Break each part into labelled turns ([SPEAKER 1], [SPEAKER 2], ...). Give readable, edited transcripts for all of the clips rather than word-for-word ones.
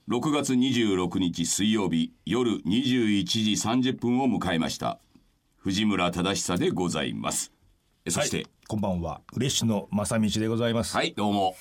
[SPEAKER 1] 6月26日水曜日夜21時30分を迎えました。藤村忠久でございます。そして、
[SPEAKER 2] こんばんは、嬉野正道でございます。
[SPEAKER 1] はい、どうも。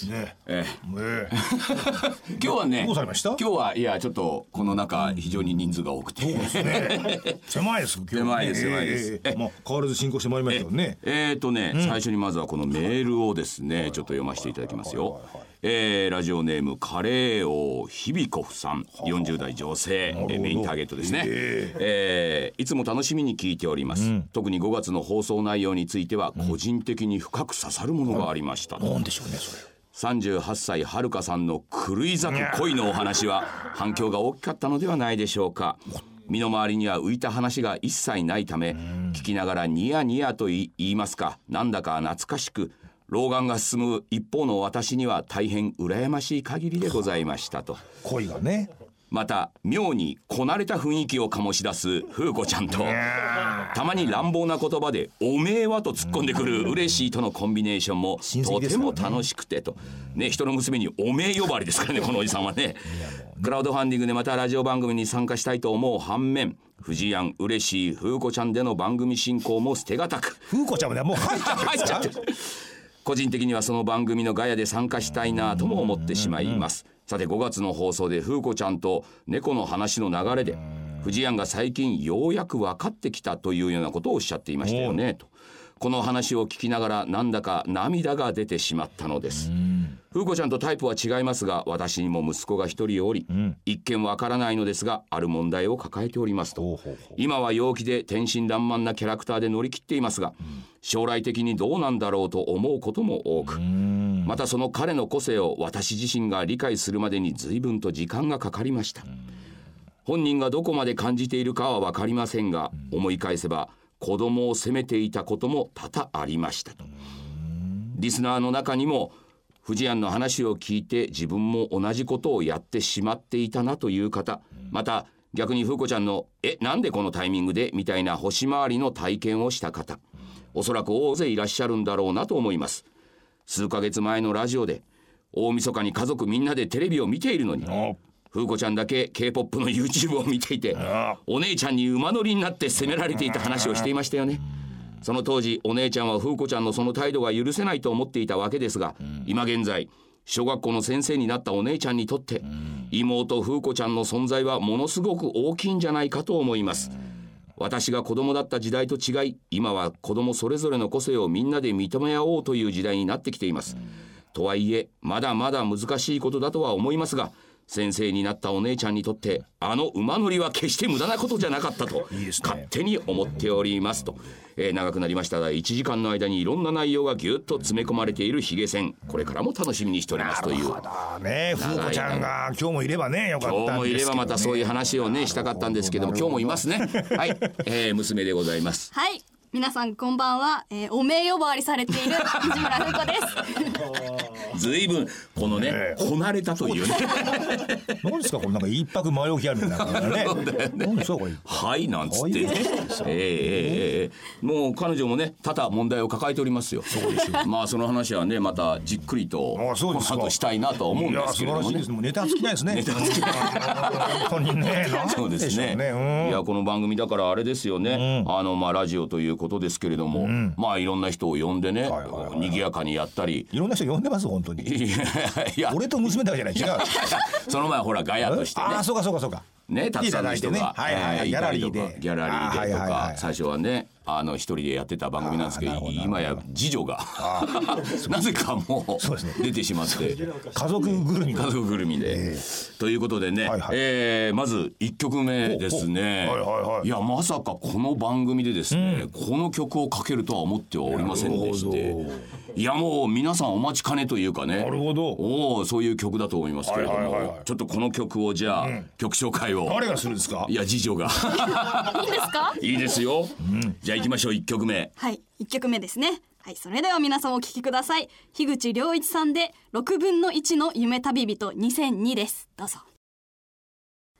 [SPEAKER 1] 今日はね、
[SPEAKER 2] どうされました？
[SPEAKER 1] 今日はいやちょっとこの中非常に人数が多くて、
[SPEAKER 2] そうですね。狭いです今日。
[SPEAKER 1] 狭いです。
[SPEAKER 2] まあ変わらず進行してまいりましたよね。
[SPEAKER 1] 最初にまずはこのメールをですねちょっと読ませていただきますよ。ラジオネームカレー王ヒビコフさん、40代女性、メインターゲットですね。いつも楽しみに聞いております。特に5月の放送内容については個人的に深く刺さるものがありました。
[SPEAKER 2] なんでしょうねそれ。
[SPEAKER 1] 38歳はるかさんの狂い咲く恋のお話は反響が大きかったのではないでしょうか。身の回りには浮いた話が一切ないため、聞きながらニヤニヤと言いますか、なんだか懐かしく、老眼が進む一方の私には大変羨ましい限りでございましたと。
[SPEAKER 2] 恋がね。
[SPEAKER 1] また妙にこなれた雰囲気を醸し出す風子ちゃんと、たまに乱暴な言葉でおめえはと突っ込んでくる嬉しいとのコンビネーションもとても楽しくてとね、人の娘におめえ呼ばわりですからねこのおじさんはね。クラウドファンディングでまたラジオ番組に参加したいと思う反面、藤井庵嬉しい風子ちゃんでの番組進行も捨てがたく、
[SPEAKER 2] 風子ちゃんもねもう入っちゃってる
[SPEAKER 1] 個人的にはその番組のガヤで参加したいなとも思ってしまいます。さて5月の放送で風子ちゃんと猫の話の流れで藤井庵が最近ようやく分かってきたというようなことをおっしゃっていましたよねと。この話を聞きながらなんだか涙が出てしまったのです。風子ちゃんとタイプは違いますが、私にも息子が一人おり、一見わからないのですがある問題を抱えておりますと。今は陽気で天真爛漫なキャラクターで乗り切っていますが、将来的にどうなんだろうと思うことも多く、またその彼の個性を私自身が理解するまでに随分と時間がかかりました。本人がどこまで感じているかは分かりませんが、思い返せば子供を責めていたことも多々ありましたと。リスナーの中にも藤庵の話を聞いて自分も同じことをやってしまっていたなという方、また逆に風子ちゃんのなんでこのタイミングでみたいな星回りの体験をした方、おそらく大勢いらっしゃるんだろうなと思います。数ヶ月前のラジオで大晦日に家族みんなでテレビを見ているのに、風子ちゃんだけ K-POP の YouTube を見ていて、お姉ちゃんに馬乗りになって責められていた話をしていましたよね。その当時お姉ちゃんは風子ちゃんのその態度が許せないと思っていたわけですが、今現在小学校の先生になったお姉ちゃんにとって、妹風子ちゃんの存在はものすごく大きいんじゃないかと思います。私が子供だった時代と違い、今は子供それぞれの個性をみんなで認め合おうという時代になってきています。とはいえまだまだ難しいことだとは思いますが、先生になったお姉ちゃんにとってあの馬乗りは決して無駄なことじゃなかったと勝手に思っておりますと。長くなりましたが1時間の間にいろんな内容がぎゅっと詰め込まれているヒゲ戦、これからも楽しみにしておりますという。
[SPEAKER 2] なるほどね、風子ちゃんが今日もいればねよかったんですけどね。
[SPEAKER 1] 今日もいればまたそういう話をねしたかったんですけども、今日もいますねはい、娘でございます。
[SPEAKER 3] はい、皆さんこんばんは、おめえ呼ばわりされている藤村風子です
[SPEAKER 1] ずいぶんこのね、こなれたというね
[SPEAKER 2] 何ですかこれ、なんか一泊前置きあるみたいなね何ですかこれ、
[SPEAKER 1] はいなんつってね、もう彼女もね多々問題を抱えておりますよ。そうですよまあその話はねまたじっくりとこの後したいなと思うんですけれどもね。いや素晴らしいです。もうネタ尽きないですね。ネタ尽きない本当にね。そうですね、いやこの番組だからあれですよね、まあラジオということですけれども、まあいろんな人を呼んでね、賑やかにやったり、
[SPEAKER 2] いろんな人呼んでます本当に。いや俺と娘だけじゃない、違う
[SPEAKER 1] その前ほらガヤとしてね、
[SPEAKER 2] そうかそうかそうか
[SPEAKER 1] ね、たくさんの人が
[SPEAKER 2] ギャラリーで
[SPEAKER 1] とか、最初はね一人でやってた番組なんですけど、今や次女がなぜかもう出てしまって
[SPEAKER 2] 家族ぐるみ
[SPEAKER 1] でということでね、まず1曲目ですね。いやまさかこの番組でですね、この曲をかけるとは思ってはおりませんでして、いやもう皆さんお待ちかねというかね、
[SPEAKER 2] なるほど、
[SPEAKER 1] そういう曲だと思いますけれども、ちょっとこの曲をじゃあ曲紹介を
[SPEAKER 2] 誰がするんですか。
[SPEAKER 1] いや次女が
[SPEAKER 3] いいですか。
[SPEAKER 1] いいですよ、じゃあ行きましょう。1曲目、
[SPEAKER 3] はい、1曲目ですね。はい、それでは皆さんお聴きください。樋口良一さんで6分の1の夢旅人2002です。どうぞ。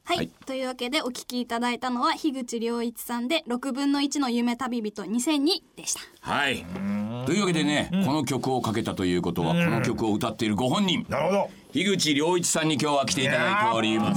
[SPEAKER 3] はい、
[SPEAKER 1] はい
[SPEAKER 3] というわけでお聞きいただいたのは樋口良一さんで6分の1の夢旅人2002でした。
[SPEAKER 1] はいというわけでね、この曲をかけたということは、この曲を歌っているご本人、
[SPEAKER 2] なるほど。
[SPEAKER 1] 樋口良一さんに今日は来ていただいております。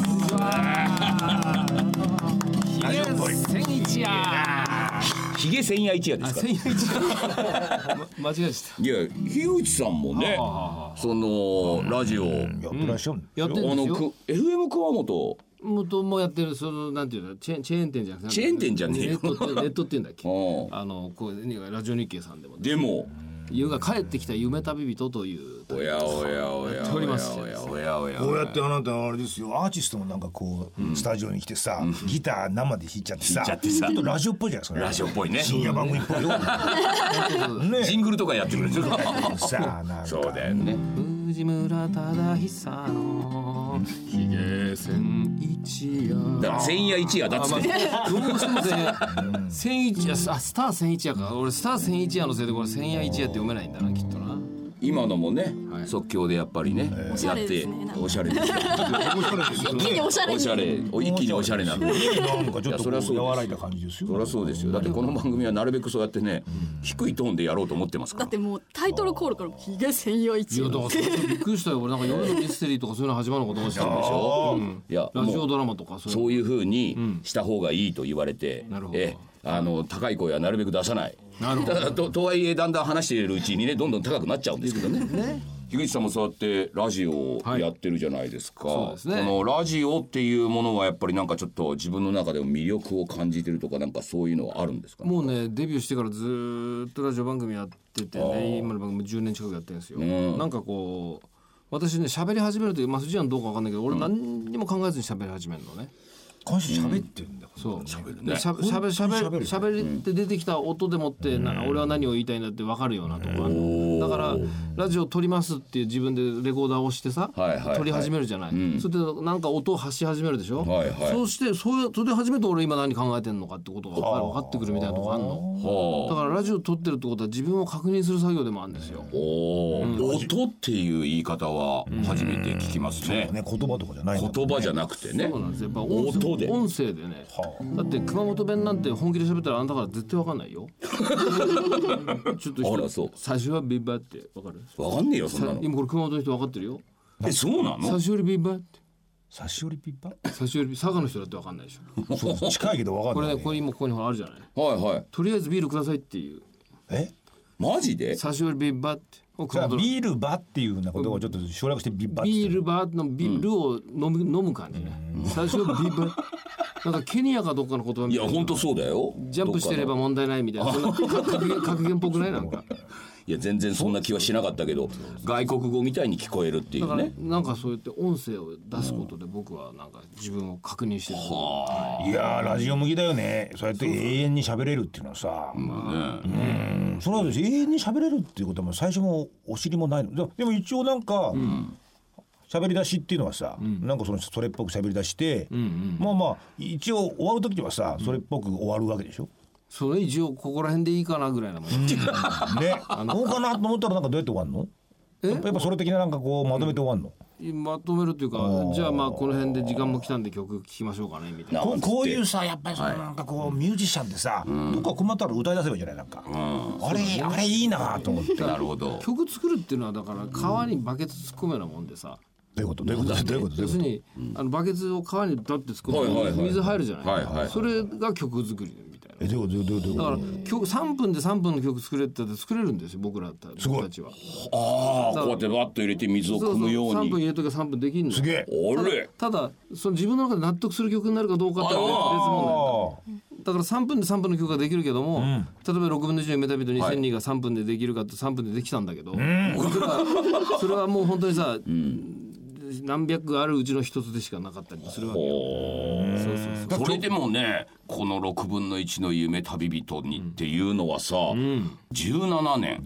[SPEAKER 2] ラジオっぽい。
[SPEAKER 4] 千一夜
[SPEAKER 1] ひげ千夜一夜ですか
[SPEAKER 4] 千一夜間違えちゃっ
[SPEAKER 1] いや樋口さんもねそのラジオ
[SPEAKER 2] やってらっしゃるん
[SPEAKER 4] たやってるんですよ。
[SPEAKER 1] FM 熊本
[SPEAKER 4] 元もやってるそのなんていうのチェーン店じゃなくて
[SPEAKER 1] チェーン店じゃねえよ
[SPEAKER 4] ネットって言うんだっけ
[SPEAKER 1] うん
[SPEAKER 4] こうラジオ日経さんでも
[SPEAKER 1] でも
[SPEAKER 4] 優が帰ってきた夢旅人という
[SPEAKER 1] おやおやおや
[SPEAKER 4] やっております
[SPEAKER 1] おやおやおや
[SPEAKER 2] こうやってあなたあれですよ、アーティストもなんかこう、スタジオに来てさ、ギター生で弾いちゃってさ、
[SPEAKER 1] 弾いちゃってさ
[SPEAKER 2] ちょっとラジオっぽいじゃないですか。
[SPEAKER 1] ラジオっぽいね
[SPEAKER 2] 深夜番組っぽいよ。ね。
[SPEAKER 1] ジングルとかやってくれる
[SPEAKER 2] さあなんか
[SPEAKER 1] そうだよね
[SPEAKER 4] 藤村忠久のひげ千一夜
[SPEAKER 1] だから千夜一夜だっつって
[SPEAKER 4] どうしても千一夜スター千一夜か俺スター千一夜のせいでこれ千夜一夜って読めないんだなきっとな
[SPEAKER 1] 今のもね
[SPEAKER 4] はい
[SPEAKER 1] 即興でやっぱりね
[SPEAKER 3] おしゃれ
[SPEAKER 1] やって
[SPEAKER 3] ですねなんか
[SPEAKER 1] おしゃれですよ
[SPEAKER 3] 一気におしゃれに
[SPEAKER 1] おしゃれ一気におしゃれなんで
[SPEAKER 2] なんかちょっと
[SPEAKER 1] いやそりゃそうです
[SPEAKER 2] 和らいだ感じですよ。
[SPEAKER 1] そりゃそうですよだってこの番組はなるべくそうやってね低いトーンでやろうと思ってますから
[SPEAKER 3] だってもうタイトルコールからひげ千夜一夜
[SPEAKER 4] いやだからびっくりしたよ俺なんか夜のミステリーとかそういうの始まるのかと思ってたんでしょ
[SPEAKER 1] いや
[SPEAKER 4] ラジオ
[SPEAKER 1] もう
[SPEAKER 4] ドラマとか
[SPEAKER 1] そういう風にした方がいいと言われて
[SPEAKER 4] なるほど
[SPEAKER 1] 高い声はなるべく出さない
[SPEAKER 4] なるほど
[SPEAKER 1] ただとはいえだんだん話しているうちにねどんどん高くなっちゃうんですけどね樋口さんもそうやってラジオをやってるじゃないですか、
[SPEAKER 4] そうですね
[SPEAKER 1] このラジオっていうものはやっぱりなんかちょっと自分の中でも魅力を感じてるとかなんかそういうのはあるんですかね
[SPEAKER 4] もうねデビューしてからずーっとラジオ番組やっててね今の番組10年近くやってるんですよなんかこう私ね喋り始めるとまあ藤井はどうか分かんないけど俺何にも考えずに喋り始めるのね
[SPEAKER 2] 今週喋ってるんだ。
[SPEAKER 4] そう
[SPEAKER 1] 喋るね
[SPEAKER 4] でしゃべりって出てきた音でもって俺は何を言いたいんだって分かるようなとこあるのだからラジオ撮りますっていう自分でレコーダーを押してさ
[SPEAKER 1] はいはいはい
[SPEAKER 4] 撮り始めるじゃないそれでなんか音を発し始めるでしょ
[SPEAKER 1] はいはい
[SPEAKER 4] そうしてそれで初めて俺今何考えてんのかってことが分かってくるみたいなとこあるのだからラジオ撮ってるってことは自分を確認する作業でもあるんですよ
[SPEAKER 1] 音っていう言い方は初めて聞きますね、
[SPEAKER 2] ね、言葉とかじゃないんだ。
[SPEAKER 1] 言葉じゃなくてね
[SPEAKER 4] そうなんですよやっぱ
[SPEAKER 1] 音で
[SPEAKER 4] 音声でねだって熊本弁なんて本気で喋ったらあんたから絶対分かんないよちょっと
[SPEAKER 1] あらそう
[SPEAKER 4] 最初はビバって分かる
[SPEAKER 1] わかんねえよそんなの
[SPEAKER 4] 今これ熊本の人分かってるよ
[SPEAKER 1] そうなの
[SPEAKER 4] 最初よりビバって
[SPEAKER 2] 差し寄りピッパ。
[SPEAKER 4] 最初より佐賀の人だって分かんないでしょ
[SPEAKER 2] そう近いけどわかんない。
[SPEAKER 4] これねこれ今ここにほらあるじゃない
[SPEAKER 1] はいはい
[SPEAKER 4] とりあえずビールくださいっていう
[SPEAKER 2] え？
[SPEAKER 1] マジで
[SPEAKER 4] 最初よりビバって
[SPEAKER 2] じゃあビールバっていうようなことをちょっと省略してビッバって。
[SPEAKER 4] ビールバーのビールを飲む感じね最初よりビバなんかケニアかどっかの言葉みたいな
[SPEAKER 1] いや本当そうだよ
[SPEAKER 4] ジャンプしてれば問題ないみたいなそんな格言っぽくないなんか
[SPEAKER 1] いや全然そんな気はしなかったけど外国語みたいに聞こえるってい
[SPEAKER 4] だから
[SPEAKER 1] うね
[SPEAKER 4] なんかそうやって音声を出すことで僕はなんか自分を確認してる
[SPEAKER 2] いやーラジオ向きだよね。そうやって永遠に喋れるっていうのはさ。それは永遠に喋れるっていうことは最初もお尻もないの。でも一応なんか。喋り出しっていうのはさ、なんかそれっぽく喋り出して、まあ一応終わる時はさそれっぽく終わるわけでしょ。
[SPEAKER 4] それ一応ここら辺でいいかなぐらいなもん
[SPEAKER 2] ね、どうかなと思ったらなんかどうやって終わるの？やっぱそれ的ななんかこうまとめて終わるの？
[SPEAKER 4] まとめるっていうかじゃあまあこの辺で時間も来たんで曲聴きましょうかねみたいな
[SPEAKER 2] こういうさやっぱりなんかこうミュージシャンでさ、どっか困ったら歌い出せばいいじゃないなんか、あれいいなと思って。
[SPEAKER 1] なるほど
[SPEAKER 4] 曲作るっていうのはだから川にバケツ突っ込むようなもんでさ
[SPEAKER 2] どういうこと
[SPEAKER 4] 要するにバケツを川にダッて突っ込むと水入るじゃないそれが曲作りみたいな
[SPEAKER 2] どういうこと
[SPEAKER 4] だから3分で3分の曲作れって言ったら作れるんですよ僕たちは
[SPEAKER 1] ああこうやってバッと入れて水を汲むよう
[SPEAKER 4] 3
[SPEAKER 1] に
[SPEAKER 4] 分入れときは3分できるの
[SPEAKER 2] すげえ。
[SPEAKER 1] あれ
[SPEAKER 4] ただその自分の中で納得する曲になるかどうかって別問題だから3分で3分の曲ができるけども、例えば6分の1の夢旅人2002が3分でできるかって3分でできたんだけど、それはもう本当にさ、何百あるうちの一つでしかなかったりするわけよ。
[SPEAKER 1] それでもねこの6分の1の夢旅人にっていうのはさ、17年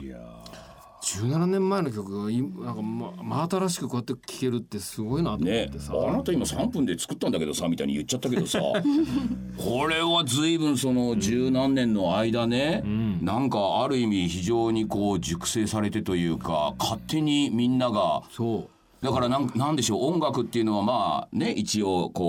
[SPEAKER 4] 17年前の曲がなんか真新しくこうやって聴けるってすごいなと思っ
[SPEAKER 1] ね
[SPEAKER 4] てさ、
[SPEAKER 1] あなた今3分で作ったんだけどさみたいに言っちゃったけどさこれは随分その十何年の間ね、なんかある意味非常にこう熟成されてというか勝手にみんなが
[SPEAKER 4] そう
[SPEAKER 1] だからなんでしょう音楽っていうのはまあね一応こう、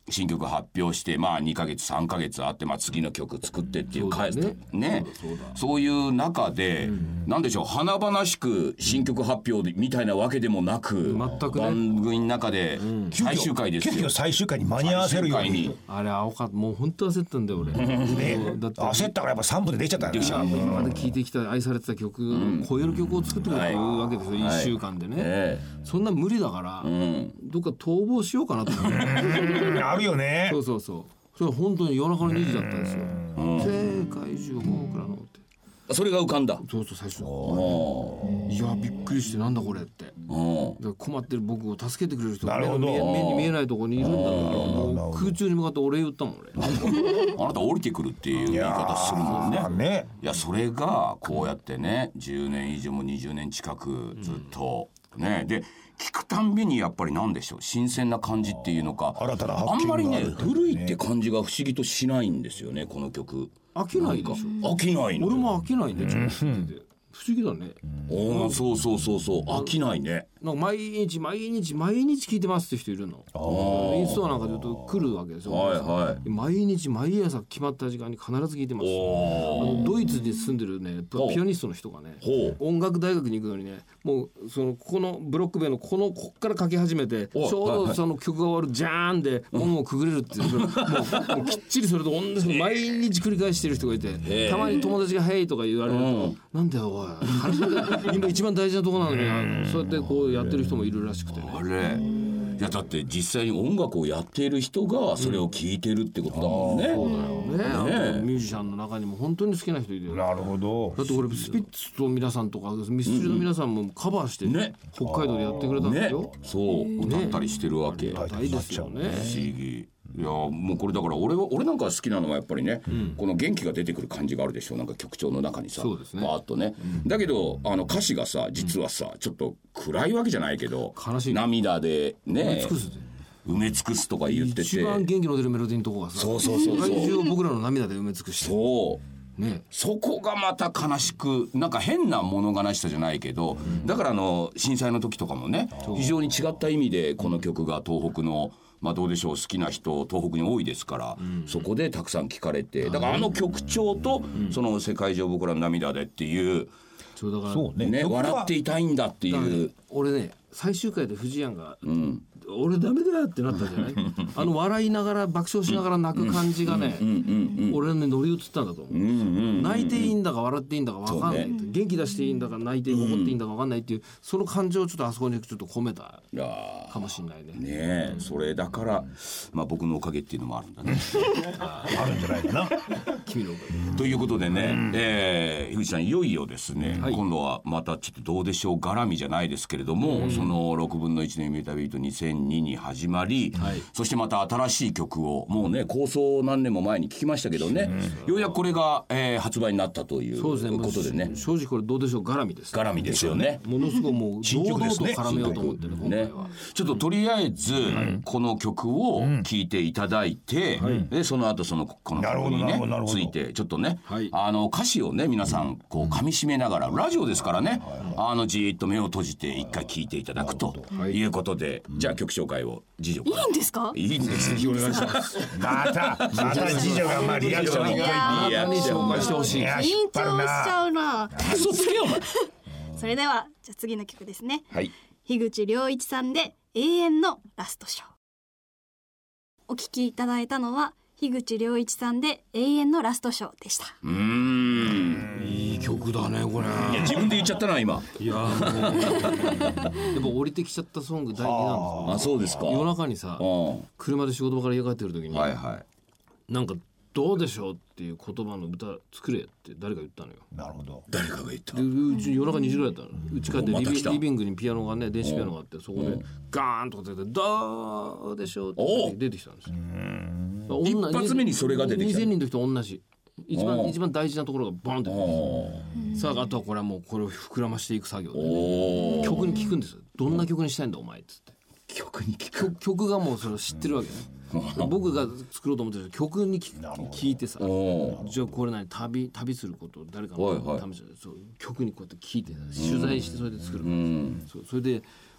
[SPEAKER 1] 新曲発表してまあ2ヶ月3ヶ月あってまあ次の曲作ってっていう
[SPEAKER 4] そうだね
[SPEAKER 1] ねそういう中でなんでしょう華々しく新曲発表みたいなわけでもなく
[SPEAKER 4] 全くね
[SPEAKER 1] 番組の中で最終回ですよ。
[SPEAKER 2] 急遽最終回に間に合わせるように
[SPEAKER 4] あれ青かったもう本当焦ったんだよ俺だって
[SPEAKER 2] 焦ったからやっぱ3分で出ちゃったんだよ。
[SPEAKER 4] 今まで聴いてきた愛されてた曲を超える曲を作ってくれっていうわけですよ、1週間でね、そんな無理だから、どっか逃亡しようかなと思って
[SPEAKER 2] あるよね。
[SPEAKER 4] そうそれ本当に夜中の2時だったんですよ、世界中僕らのって
[SPEAKER 1] それが浮かんだ。
[SPEAKER 4] そう最初いやびっくりしてなんだこれってだから困ってる僕を助けてくれる人が目に見えないところにいるんだから空中に向かってお礼言ったもん俺
[SPEAKER 1] あなた降りてくるっていう言い方するもんね。いやそれがこうやってね10年以上も20年近くずっとねで聞くたんびにやっぱりなんでしょう新鮮な感じっていうのか
[SPEAKER 2] 新たな発見がある
[SPEAKER 1] あんまりね古いって感じが不思議としないんですよねこの曲。
[SPEAKER 4] 飽きないでしょ。
[SPEAKER 1] 飽きないの。
[SPEAKER 4] 俺も飽きないねちょっと聞いてて不思議だね。
[SPEAKER 1] そう飽きないね。
[SPEAKER 4] なんか毎日聞いてますって人いるの。インストアなんかで言うと来るわけですよ。毎日毎朝決まった時間に必ず聞いてます。ドイツに住んでるねピアニストの人がね音楽大学に行くのにねもうここのブロック塀のこっから書き始めてちょうどその曲が終わるジャーンで音をくぐれるっていうもうきっちりそれと同じ毎日繰り返してる人がいてたまに友達が「ヘイ」とか言われると「なんだよおい今一番大事なとこなのにそうやってこうやってる人もいるらしくてね。
[SPEAKER 1] あれいやだって実際に音楽をやっている人がそれを聴いてるってことだもんね。
[SPEAKER 4] そうだよね。ミュージシャンの中にも本当に好きな人いるよ。
[SPEAKER 2] なるほど。
[SPEAKER 4] だって俺スピッツと皆さんとかミスチルの皆さんもカバーして、北海道でやってくれたんですよ。
[SPEAKER 1] そう歌ったりしてるわけ。
[SPEAKER 4] 大ですよね。
[SPEAKER 1] 不思議。いやもうこれだから俺なんか好きなのはやっぱりね、この元気が出てくる感じがあるでしょなんか曲調の中にさバーッとね、だけど歌詞がさ実はさちょっと暗いわけじゃないけど
[SPEAKER 4] 悲しい
[SPEAKER 1] 涙でね埋め尽くすとか言ってて
[SPEAKER 4] 一番元気の出るメロディーのとこがさ世界中を僕らの涙で埋め尽くしてそこがまた悲しくなんか変な物悲しさじゃないけど、だから震災の時とかもね非常に違った意味でこの曲が東北のまあどうでしょう好きな人東北に多いですから、そこでたくさん聴かれてだから曲調とその世界中僕らの涙でっていうそう
[SPEAKER 1] ね笑っていたいんだっていう
[SPEAKER 4] 俺ね最終回で藤谷が俺ダメだってなったじゃない笑いながら爆笑しながら泣く感じがね俺ね乗り移ったんだと思う。泣いていいんだか笑っていいんだか分かんない、元気出していいんだか泣いて怒っていいんだか分かんないっていうその感情をちょっとあそこにちょっと込めたかもしれないね。
[SPEAKER 1] ねえそれだからまあ僕のおかげっていうのもあるんだね
[SPEAKER 2] あるんじゃないかな
[SPEAKER 4] 君のおかげ
[SPEAKER 1] ということでね、樋口さんいよいよですね、今度はまたちょっとどうでしょう絡みじゃないですけれども、その6分の1のイメータビート2002に始まり、そしてまた新しい曲をもうね構想何年も前に聞きましたけどね、ようやくこれが、発売になったということでね
[SPEAKER 4] 正直これどうでしょう絡みです。
[SPEAKER 1] 絡みですよね。
[SPEAKER 4] ものすごいもう堂々と絡めようと思ってる今回は。
[SPEAKER 1] ちょっととりあえずこの曲を聴いていただいて、でその後この曲にねついてちょっとね、歌詞をね皆さんこう噛み締めながらラジオですからねじーっと目を閉じて一回聴いていただくということで、じゃあ曲紹介を次女から
[SPEAKER 3] いいんですか？
[SPEAKER 1] いいんですぜひお願いします
[SPEAKER 2] また次女がまあリアクション
[SPEAKER 1] リアクション
[SPEAKER 4] 紹介してほしい。
[SPEAKER 3] 緊張しちゃうな。
[SPEAKER 1] 嘘つけよお前
[SPEAKER 3] それではじゃあ次の曲ですね。
[SPEAKER 1] はい
[SPEAKER 3] 樋口良一さんで永遠のラストショー。お聴きいただいたのは樋口良一さんで永遠のラストショーでした。
[SPEAKER 4] いい曲だねこれ。
[SPEAKER 1] いや自分で言っちゃったな今。
[SPEAKER 4] いやもうやっぱ降りてきちゃったソング第2なんですよ。
[SPEAKER 1] あそうですか。
[SPEAKER 4] 夜中にさ車で仕事場から家帰ってる時に、なんかどうでしょうっていう言葉の歌作れって誰か言ったのよ。
[SPEAKER 2] なるほど。
[SPEAKER 1] 誰かが言った。
[SPEAKER 4] でうち夜中2時ぐらいだったの。うち帰ってリビングにピアノがね電子ピアノがあってそこでガーンとか出てどうでしょうって出てきたんですよ。
[SPEAKER 1] 一発目にそれが出てきた。
[SPEAKER 4] 2000人の時と同じ一番大事なところがボンってさああとはこれはもうこれを膨らましていく作業で曲に聞くんですよ。どんな曲にしたいんだお前っつって
[SPEAKER 1] 曲に聞く。
[SPEAKER 4] 曲がもうそれを知ってるわけね。僕が作ろうと思ってる曲に聞いてさじゃあこれ何旅すること誰かのためじゃない曲にこうやって聞いて取材してそれで作るそれで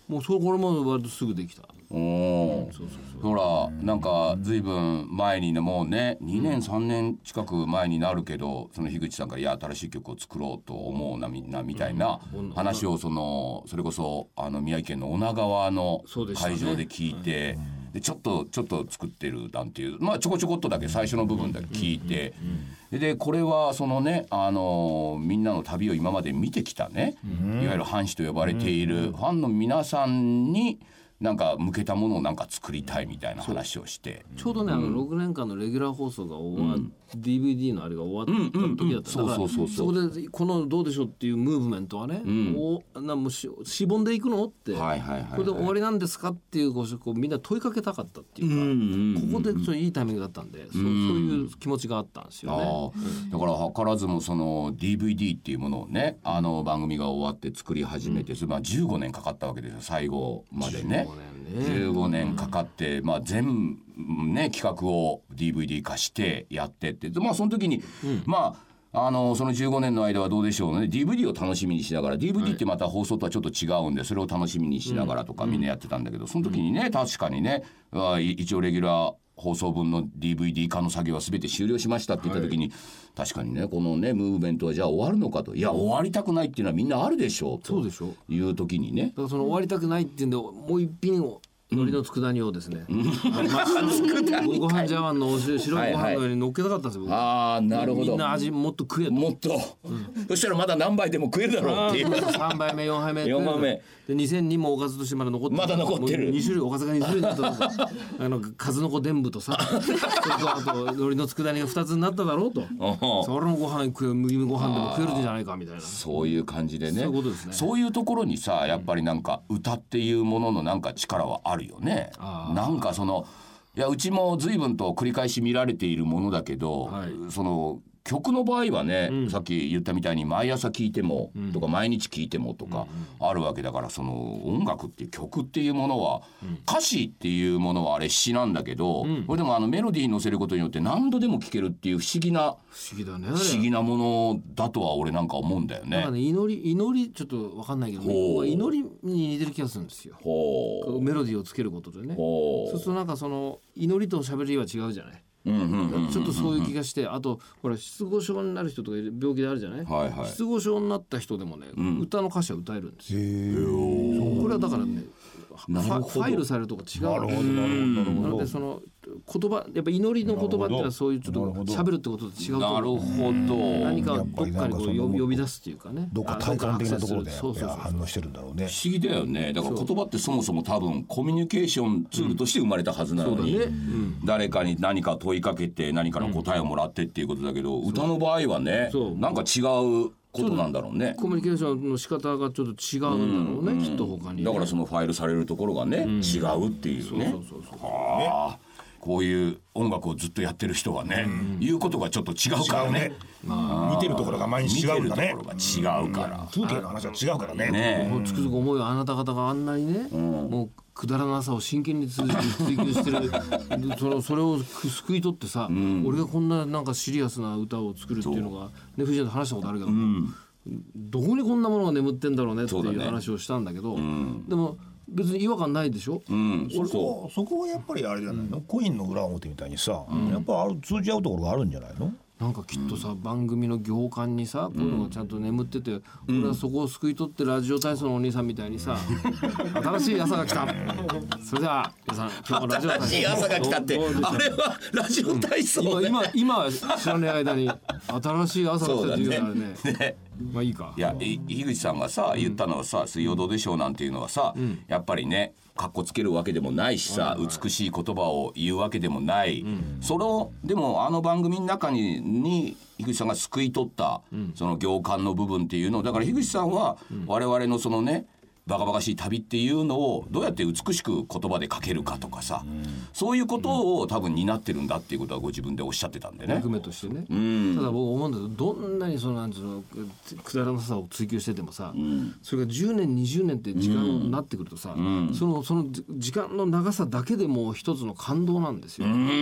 [SPEAKER 4] もうそこも割とすぐできた。
[SPEAKER 1] ほらなんか随分前にねもうね2年3年近く前になるけどその樋口さんからいや新しい曲を作ろうと思うなみんなみたいな話をそれこそ宮城県の女川の会場で聞いて、でちょっと作ってるなんていうまあちょこちょこっとだけ最初の部分だけ聞いて、でこれはそのねみんなの旅を今まで見てきたね、いわゆる藩士と呼ばれているファンの皆さんになんか向けたものをなんか作りたいみたいな話をして、
[SPEAKER 4] ちょうどね6年間のレギュラー放送が終わっDVD のあれが終わった時だったから、そこでこのどうでしょうっていうムーブメントはね、もうしぼんでいくのって、これで終わりなんですかっていうこうみんな問いかけたかったっていうか、ここでちょっといいタイミングだったんで、そういう気持ちがあったんですよね。
[SPEAKER 1] だから図らずもその DVD っていうものをね番組が終わって作り始めて、それ15年かかったわけですよ最後までね。15年かかって、全ね企画を DVD 化してやってってその時に、その15年の間はどうでしょうね DVD を楽しみにしながら DVD ってまた放送とはちょっと違うんでそれを楽しみにしながらとかみんなやってたんだけど、その時にね確かにね一応レギュラー放送分の DVD 化の作業は全て終了しましたって言った時に、確かにねこのねムーブメントはじゃあ終わるのかと、いや終わりたくないっていうのはみんなあるでしょうという時にね、
[SPEAKER 4] だからその終わりたくないっていうんでもう一品を海苔の佃煮をですね、ご飯茶碗の白いご飯の上に乗っけたかったんですよ。
[SPEAKER 1] なるほど。
[SPEAKER 4] みんな味もっと食えと。
[SPEAKER 1] もっと、そしたらまだ何杯でも食えるだろうっていう。
[SPEAKER 4] 3杯目4杯目
[SPEAKER 1] 4杯目
[SPEAKER 4] で2002もおかずとしてまだ残ってる。2種類おかずが2種類だったとか数の子伝部とさそれとあと海苔の佃煮が2つになっただろうとそれのご飯麦ご飯でも食えるんじゃないかみたいな、
[SPEAKER 1] そういう感じでね。
[SPEAKER 4] そういうことですね。
[SPEAKER 1] そういうところにさやっぱりなんか歌っていうもののなんか力はあるよね。なんかいやうちも随分と繰り返し見られているものだけど、その曲の場合はね、さっき言ったみたいに毎朝聴いてもとか毎日聴いてもとかあるわけだから、その音楽っていう曲っていうものは、歌詞っていうものはあれ詩なんだけど、これでもメロディーに乗せることによって何度でも聴けるっていう不思議なものだとは俺なんか思うんだよね。
[SPEAKER 4] なんかね祈りちょっと分かんないけど、ね、祈りに似てる気がするんですよ。メロディーをつけることでね。そうするとなんかその祈りと喋りは違うじゃない。ちょっとそういう気がして、あとほら失語症になる人とか病気であるじゃない、失語症になった人でもね、歌の歌詞は歌えるんですよ。これはだからねファイルされるとか違う。なるほどなのでその言葉やっぱ祈りの言葉っていうのはそういうちょっと喋るってことと違うと。
[SPEAKER 1] なるほど。
[SPEAKER 4] 何かどっかにこう呼び出すっていうかね、
[SPEAKER 2] どっか体感的なところで反応してるんだろうね。
[SPEAKER 1] 不思議だよね。だから言葉ってそもそも多分コミュニケーションツールとして生まれたはずなのに、誰かに何か問いかけて何かの答えをもらってっていうことだけど、歌の場合はねなんか違うことなんだろうね。
[SPEAKER 4] コミュニケーションの仕方がちょっと違うんだろうね、きっと他に。
[SPEAKER 1] だからそのファイルされるところがね、違うっていうね。こういう音楽をずっとやってる人はね、言うことがちょっと違うからね。
[SPEAKER 2] 見てるところが毎日違うんだね。
[SPEAKER 1] 見てるところが違うから。
[SPEAKER 2] 風景の話は違うからね。
[SPEAKER 4] つくづく思うよ、あなた方があんなにね、もうくだらなさを真剣に追求してるそれを救い取ってさ、俺がこんななんかシリアスな歌を作るっていうのがね、藤井と話したことあるけど、どこにこんなものが眠ってんだろうねっていう話をしたんだけど、でも別に違和感ないでしょ。
[SPEAKER 2] そこはやっぱりあれじゃないの、コインの裏表みたいにさ、やっぱ通じ合うところがあるんじゃないの。
[SPEAKER 4] なんかきっとさ、番組の行間にさこういうのがちゃんと眠ってて、俺はそこを救い取ってラジオ体操のお兄さんみたいにさ新しい朝が来た。それでは皆さん今日もラジオ体操。
[SPEAKER 1] 新しい朝が来たってあれはラジオ体操、
[SPEAKER 4] 今知らない間に新しい朝が来たっていうのはねまあいいか。
[SPEAKER 1] いや樋口さんがさ言ったのはさ、水曜どうでしょうなんていうのはさ、やっぱりねかっこつけるわけでもないしさ、美しい言葉を言うわけでもない、でも番組の中に樋口さんが救い取った、その行間の部分っていうのだから樋口さんは我々のそのねバカバカしい旅っていうのをどうやって美しく言葉で書けるかとかさ、そういうことを多分担ってるんだっていうことはご自分でおっしゃってたんでね。
[SPEAKER 4] 役目としてね。ただ僕思うんだけど、どんなにそのなんていうのくだらなさを追求しててもさ、それが10年20年って時間になってくるとさ、その時間の長さだけでもう一つの感動なんですよ。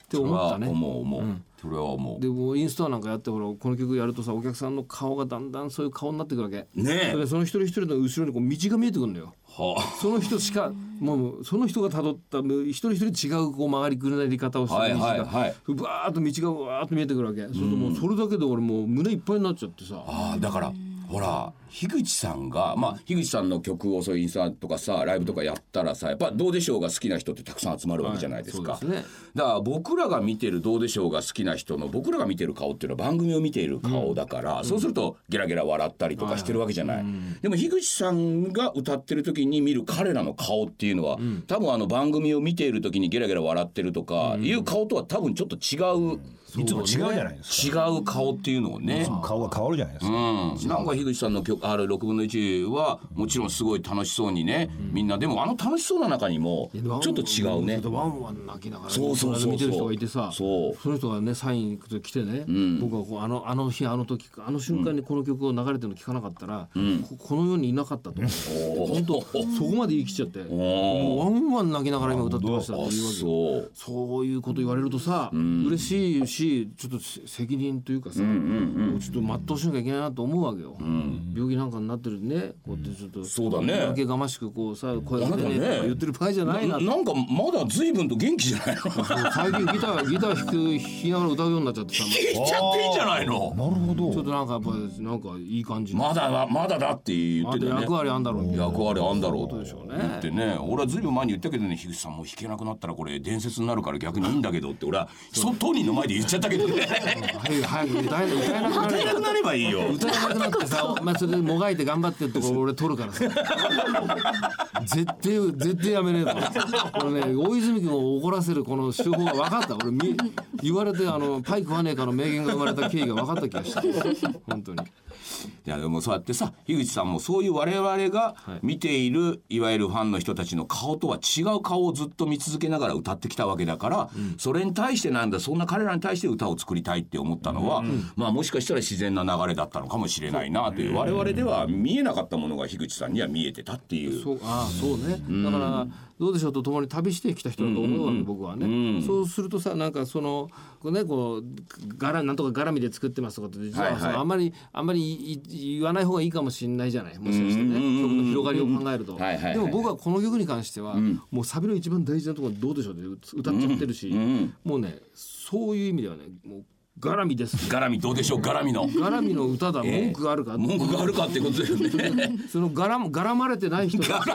[SPEAKER 4] って思ったね。
[SPEAKER 1] 思う、それは思う。
[SPEAKER 4] でもうインストアなんかやってほらこの曲やるとさお客さんの顔がだんだんそういう顔になってくるわけ
[SPEAKER 1] ね。
[SPEAKER 4] その一人一人の後ろにこう道が見えてくるんだよ。その人しかもうその人がたどった一人一人違うこう曲がりくねり方をしてる道がバーッと道がわーっと見えてくるわけ。そうするともうそれだけで俺もう胸いっぱいになっちゃってさ。
[SPEAKER 1] だからほら樋口さんが樋口さんの曲をそういうインスタとかさライブとかやったらさやっぱどうでしょうが好きな人ってたくさん集まるわけじゃないですか、
[SPEAKER 4] そうですね。
[SPEAKER 1] だから僕らが見てるどうでしょうが好きな人の僕らが見てる顔っていうのは番組を見ている顔だから、そうするとゲラゲラ笑ったりとかしてるわけじゃない、でも樋口さんが歌ってる時に見る彼らの顔っていうのは、多分番組を見ている時にゲラゲラ笑ってるとかいう顔とは多分ちょっと違う、
[SPEAKER 2] いつも違うじゃないですか。
[SPEAKER 1] 違う顔っていうのをね、
[SPEAKER 2] 顔が変わるじゃないですか。
[SPEAKER 1] なんか樋口さんの曲6分の1はもちろんすごい楽しそうにね、みんなでも楽しそうな中にもちょっと違うね。
[SPEAKER 4] ワンワン泣きながら
[SPEAKER 1] そう
[SPEAKER 4] 見てる人がいてさ、
[SPEAKER 1] そ
[SPEAKER 4] の人がねサイン来てね、僕はこうあの日あの時あの瞬間にこの曲を流れてるの聞かなかったら、この世にいなかったと。本当そこまで言い切っちゃって、もうワンワン泣きながら今歌ってましたっていうわけよ。そういうこと言われるとさ、嬉しいしちょっと責任というかさ、ちょっと全うしなきゃいけないなと思うわけよ。病気なんかになってるね、こうやってちょっと
[SPEAKER 1] そうだね、
[SPEAKER 4] だけがましくこうさ声が出ねえとか言ってる場合じゃないな。
[SPEAKER 1] なんかまだ随分と元気じゃないの。
[SPEAKER 4] 最近ギター弾きながら歌うようになっちゃってさ、
[SPEAKER 1] 弾いちゃってんじゃないの。
[SPEAKER 2] なるほど。
[SPEAKER 4] ちょっとなんかやっぱりなんかいい感じ。
[SPEAKER 1] まだだって言ってたよね。
[SPEAKER 4] 役割あんだろう。
[SPEAKER 1] 役割あんだろうと
[SPEAKER 4] でしょうね。
[SPEAKER 1] 言ってね、俺は随分前に言ったけどね、樋口さんもう弾けなくなったらこれ伝説になるから逆にいいんだけどって俺は当人の前で言っちゃったけどね。
[SPEAKER 4] 早く歌えなく
[SPEAKER 1] なればいいよ。
[SPEAKER 4] 歌えなくなってさ、それでもがいて頑張ってるところ俺取るからさ。絶対やめねえだろ。これね大泉君を怒らせるこの手法が分かった。俺言われてパイ食わねえかの名言が生まれた経緯が分かった気がした本当に。
[SPEAKER 1] いやでもそうやってさ樋口さんもそういう我々が見ている、いわゆるファンの人たちの顔とは違う顔をずっと見続けながら歌ってきたわけだから、それに対してそんな彼らに対して歌を作りたいって思ったのは、もしかしたら自然な流れだったのかもしれないなという、我々では見えなかったものが樋口さんには見えてたっていう。
[SPEAKER 4] そうね、だからどうでしょうと共に旅してきた人だと思うわけ、僕はね、そうするとさなんかこうなんとか絡みで作ってますとかって実はあんまり言わない方がいいかもしれないじゃない、もしかしてね、曲の広がりを考えると、でも僕はこの曲に関しては、もうサビの一番大事なところどうでしょうって歌っちゃってるし、もうねそういう意味ではねもう絡みです。
[SPEAKER 1] 絡みどうでしょう。絡みの
[SPEAKER 4] 歌だ。文句があるかってことだよね。その絡まれてない人たち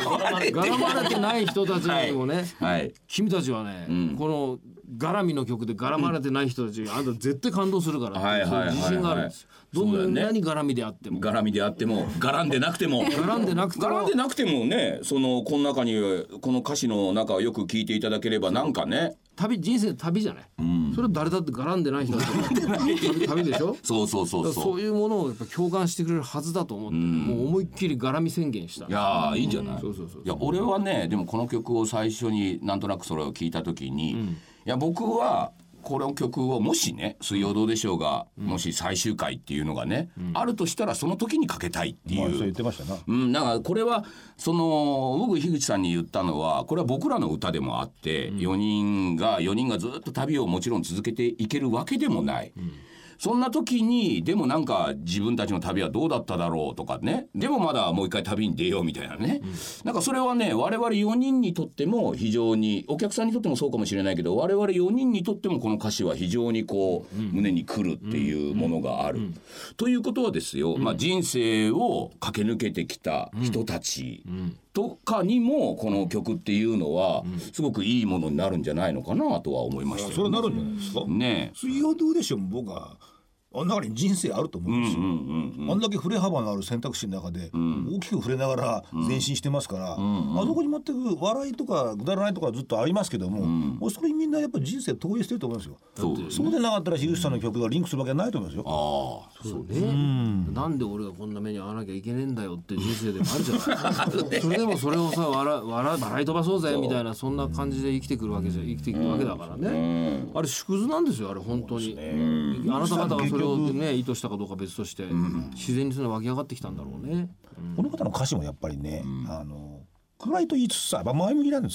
[SPEAKER 4] にもね、君たちはね、この絡みの曲で絡まれてない人たちあんた絶対感動するから、そういう自信があるんです。どんなに絡みであっても絡んでなくてもね、この中にこの歌詞の中をよく聞いていただければなんかね、人生旅じゃない、それは誰だって絡んでない人だって旅でしょ。そういうものをやっぱ共感してくれるはずだと思って、もう思いっきり絡み宣言した。
[SPEAKER 1] いやいいんじゃない。いや俺はねでもこの曲を最初になんとなくそれを聞いた時に、いや僕はこの曲をもしね水曜どうでしょうが、もし最終回っていうのがね、あるとしたらその時にかけたいっていう、
[SPEAKER 2] そう言ってましたな。
[SPEAKER 1] だからこれは僕樋口さんに言ったのはこれは僕らの歌でもあって、4人がずっと旅をもちろん続けていけるわけでもない、そんな時にでもなんか自分たちの旅はどうだっただろうとかね、でもまだもう一回旅に出ようみたいなね、なんかそれはね我々4人にとっても非常に、お客さんにとってもそうかもしれないけど我々4人にとってもこの歌詞は非常にこう、胸にくるっていうものがある、ということはですよ、人生を駆け抜けてきた人たち、とかにもこの曲っていうのはすごくいいものになるんじゃないのかなとは思いましたよね。
[SPEAKER 2] それなるんじゃないですかね。水曜どうでしょうも僕はあん中に人生あると思うんですよ、あんだけ振れ幅のある選択肢の中で、大きく触れながら前進してますから、あそこに全く笑いとかくだらないとかずっとありますけども、もうそれにみんなやっぱり人生投影してると思うんですよ。そうでなかったら樋口さんの曲がリンクするわけないと思いますよ。
[SPEAKER 4] そうね、なんで俺がこんな目に遭わなきゃいけねえんだよって人生でもあるじゃないそれでもそれをさ笑い飛ばそうぜみたいな、そんな感じで生きてくるわけだからね、あれ縮図なんですよあれ本当に、あなた方がそれをね意図したかどうか別として、自然にそれ湧き上がってきたんだろうね。
[SPEAKER 2] この方の歌詞もやっぱりね、暗いと言いつつさ前向きなんですよ。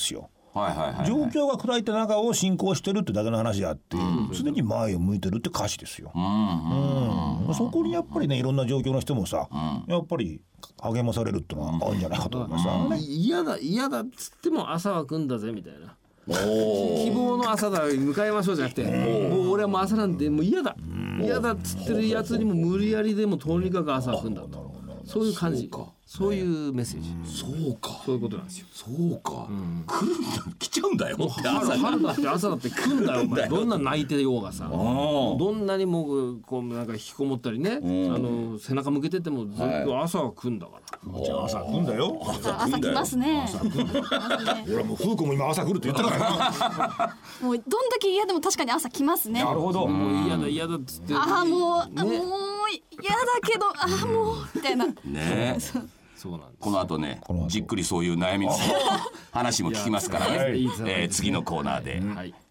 [SPEAKER 1] はいはいはい、
[SPEAKER 2] 状況が暗いって中を進行してるってだけの話であって、常に前を向いてるって歌詞ですよ。そこにやっぱりね、いろんな状況の人もさ、やっぱり励まされるってのはあるんじゃないかと思いますよね。
[SPEAKER 4] 嫌だっつっても朝は来んだぜみたいな。希望の朝だ迎えましょうじゃなくて、もう俺はもう朝なんてもう嫌だっつってるやつにも無理やりでもとにかく朝は来んだと、そういう感じ、そういうメッセージ、
[SPEAKER 1] そうか、
[SPEAKER 4] そういうことなんですよ。
[SPEAKER 1] そうか、来るんだ、来ちゃうんだよ。
[SPEAKER 4] 春だって朝だって来んだよお前。どんな泣いてようがさ、どんなにもこうなんか引きこもったりね、背中向けててもずっと朝は来んだから。
[SPEAKER 2] じゃあ朝来んだよ。
[SPEAKER 3] 朝来ますね。
[SPEAKER 2] 俺はもう風子も今朝来るって言ったからな。
[SPEAKER 3] もうどんだけ嫌でも確かに朝来ますね。
[SPEAKER 2] なるほど。
[SPEAKER 4] もう嫌だっつって、
[SPEAKER 3] もう嫌だけどもうみたいな
[SPEAKER 1] ね。
[SPEAKER 4] そうなんです。
[SPEAKER 1] この後ね、じっくりそういう悩みの話も聞きますからね、次のコーナーで。
[SPEAKER 4] はい。